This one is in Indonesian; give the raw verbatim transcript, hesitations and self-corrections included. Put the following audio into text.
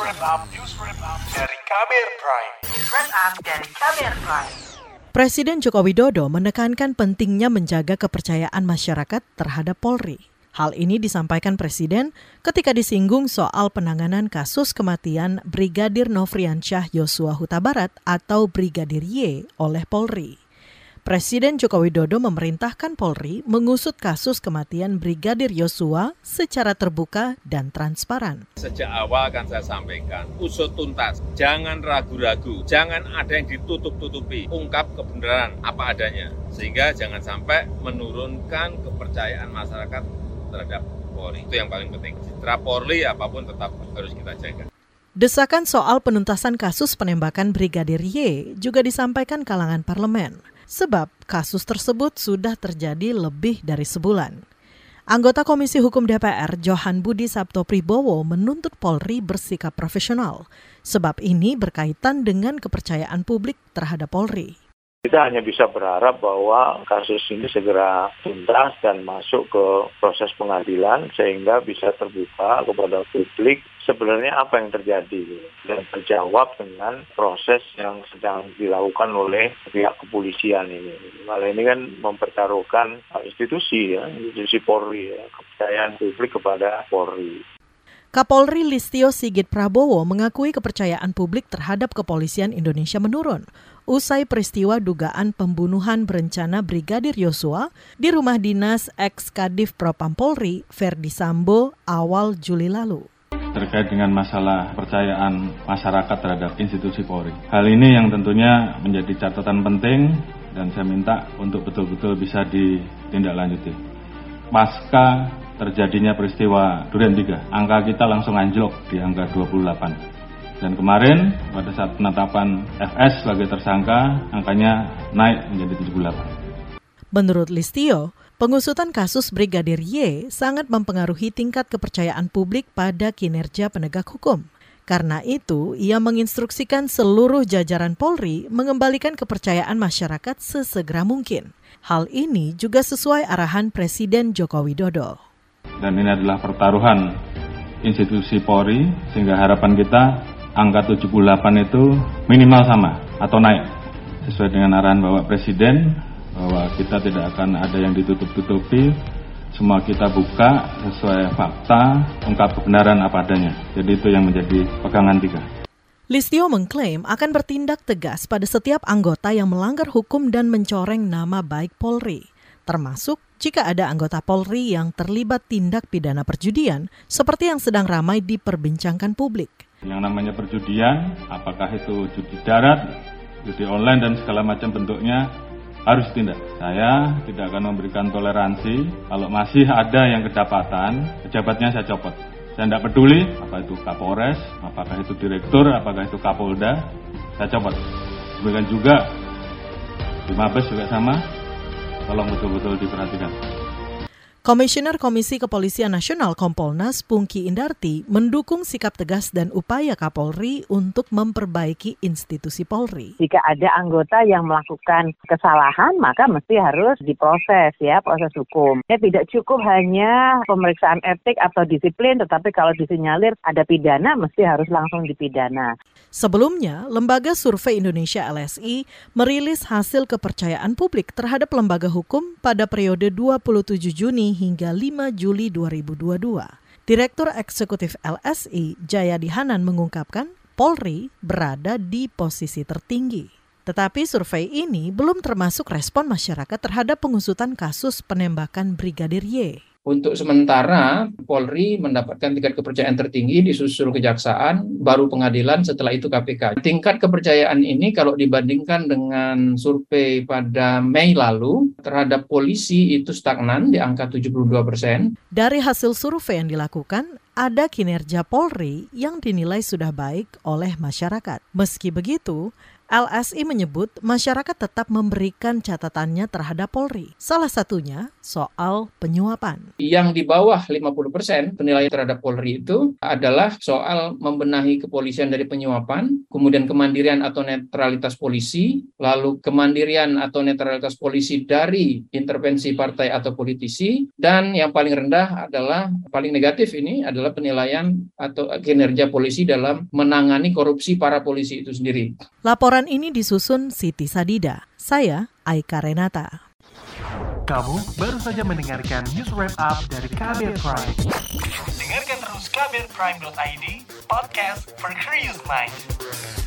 Wrap Up, News Wrap Up dari Kamer Prime. News Wrap Up dari Kamer Prime. Presiden Joko Widodo menekankan pentingnya menjaga kepercayaan masyarakat terhadap Polri. Hal ini disampaikan Presiden ketika disinggung soal penanganan kasus kematian Brigadir Nofriansyah Yosua Huta Barat atau Brigadir Y oleh Polri. Presiden Joko Widodo memerintahkan Polri mengusut kasus kematian Brigadir Yosua secara terbuka dan transparan. Sejak awal kan saya sampaikan, usut tuntas, jangan ragu-ragu, jangan ada yang ditutup-tutupi, ungkap kebenaran apa adanya. Sehingga jangan sampai menurunkan kepercayaan masyarakat terhadap Polri. Itu yang paling penting. Citra Polri apapun tetap harus kita jaga. Desakan soal penuntasan kasus penembakan Brigadir Y juga disampaikan kalangan parlemen. Sebab kasus tersebut sudah terjadi lebih dari sebulan. Anggota Komisi Hukum D P R Johan Budi Sabto Pribowo menuntut Polri bersikap profesional. Sebab ini berkaitan dengan kepercayaan publik terhadap Polri. Kita hanya bisa berharap bahwa kasus ini segera tuntas dan masuk ke proses pengadilan sehingga bisa terbuka kepada publik sebenarnya apa yang terjadi dan terjawab dengan proses yang sedang dilakukan oleh pihak kepolisian ini. Hal ini kan mempertaruhkan institusi ya, institusi Polri ya, kepercayaan publik kepada Polri. Kapolri Listio Sigit Prabowo mengakui kepercayaan publik terhadap kepolisian Indonesia menurun usai peristiwa dugaan pembunuhan berencana Brigadir Yosua di rumah dinas ex-Kadif Propam Polri Verdi Sambo awal Juli lalu. Terkait dengan masalah kepercayaan masyarakat terhadap institusi Polri. Hal ini yang tentunya menjadi catatan penting dan saya minta untuk betul-betul bisa ditindaklanjuti. Pasca terjadinya peristiwa Duren tiga, angka kita langsung anjlok di angka dua puluh delapan. Dan kemarin pada saat penetapan F S sebagai tersangka, angkanya naik menjadi tujuh puluh delapan. Menurut Listio, pengusutan kasus Brigadir Y sangat mempengaruhi tingkat kepercayaan publik pada kinerja penegak hukum. Karena itu, ia menginstruksikan seluruh jajaran Polri mengembalikan kepercayaan masyarakat sesegera mungkin. Hal ini juga sesuai arahan Presiden Joko Widodo. Dan ini adalah pertaruhan institusi Polri, sehingga harapan kita angka tujuh puluh delapan itu minimal sama atau naik. Sesuai dengan arahan Bapak Presiden, bahwa kita tidak akan ada yang ditutup-tutupi, semua kita buka sesuai fakta, ungkap kebenaran apa adanya. Jadi itu yang menjadi pegangan tiga. Listio mengklaim akan bertindak tegas pada setiap anggota yang melanggar hukum dan mencoreng nama baik Polri, termasuk jika ada anggota Polri yang terlibat tindak pidana perjudian seperti yang sedang ramai diperbincangkan publik. Yang namanya perjudian, apakah itu judi darat, judi online dan segala macam bentuknya harus ditindak. Saya tidak akan memberikan toleransi kalau masih ada yang kedapatan, pejabatnya saya copot. Saya tidak peduli apa itu Kapolres, apakah itu Direktur, apakah itu Kapolda, saya copot. Demikian juga di Mabes juga sama. Tolong betul-betul diperhatikan. Komisioner Komisi Kepolisian Nasional Kompolnas Pungki Indarti mendukung sikap tegas dan upaya Kapolri untuk memperbaiki institusi Polri. Jika ada anggota yang melakukan kesalahan, maka mesti harus diproses ya, proses hukum. Ya, tidak cukup hanya pemeriksaan etik atau disiplin, tetapi kalau disinyalir ada pidana, mesti harus langsung dipidana. Sebelumnya, Lembaga Survei Indonesia L S I merilis hasil kepercayaan publik terhadap lembaga hukum pada periode dua puluh tujuh Juni hingga lima Juli dua ribu dua puluh dua. Direktur Eksekutif L S I, Jayadi Hanan mengungkapkan, Polri berada di posisi tertinggi. Tetapi survei ini belum termasuk respon masyarakat terhadap pengusutan kasus penembakan Brigadir Y. Untuk sementara, Polri mendapatkan tingkat kepercayaan tertinggi, disusul Kejaksaan, baru pengadilan, setelah itu K P K. Tingkat kepercayaan ini kalau dibandingkan dengan survei pada Mei lalu, terhadap polisi itu stagnan di angka tujuh puluh dua persen. Dari hasil survei yang dilakukan, ada kinerja Polri yang dinilai sudah baik oleh masyarakat. Meski begitu, L S I menyebut masyarakat tetap memberikan catatannya terhadap Polri. Salah satunya soal penyuapan. Yang di bawah lima puluh persen penilaian terhadap Polri itu adalah soal membenahi kepolisian dari penyuapan, kemudian kemandirian atau netralitas polisi, lalu kemandirian atau netralitas polisi dari intervensi partai atau politisi, dan yang paling rendah adalah, paling negatif ini adalah penilaian atau kinerja polisi dalam menangani korupsi para polisi itu sendiri. Laporan ini disusun Siti Sadida. Saya Aika Renata. Kamu baru saja mendengarkan news wrap up dari K B R Prime. Dengarkan terus k b r prime dot i d, podcast for curious mind.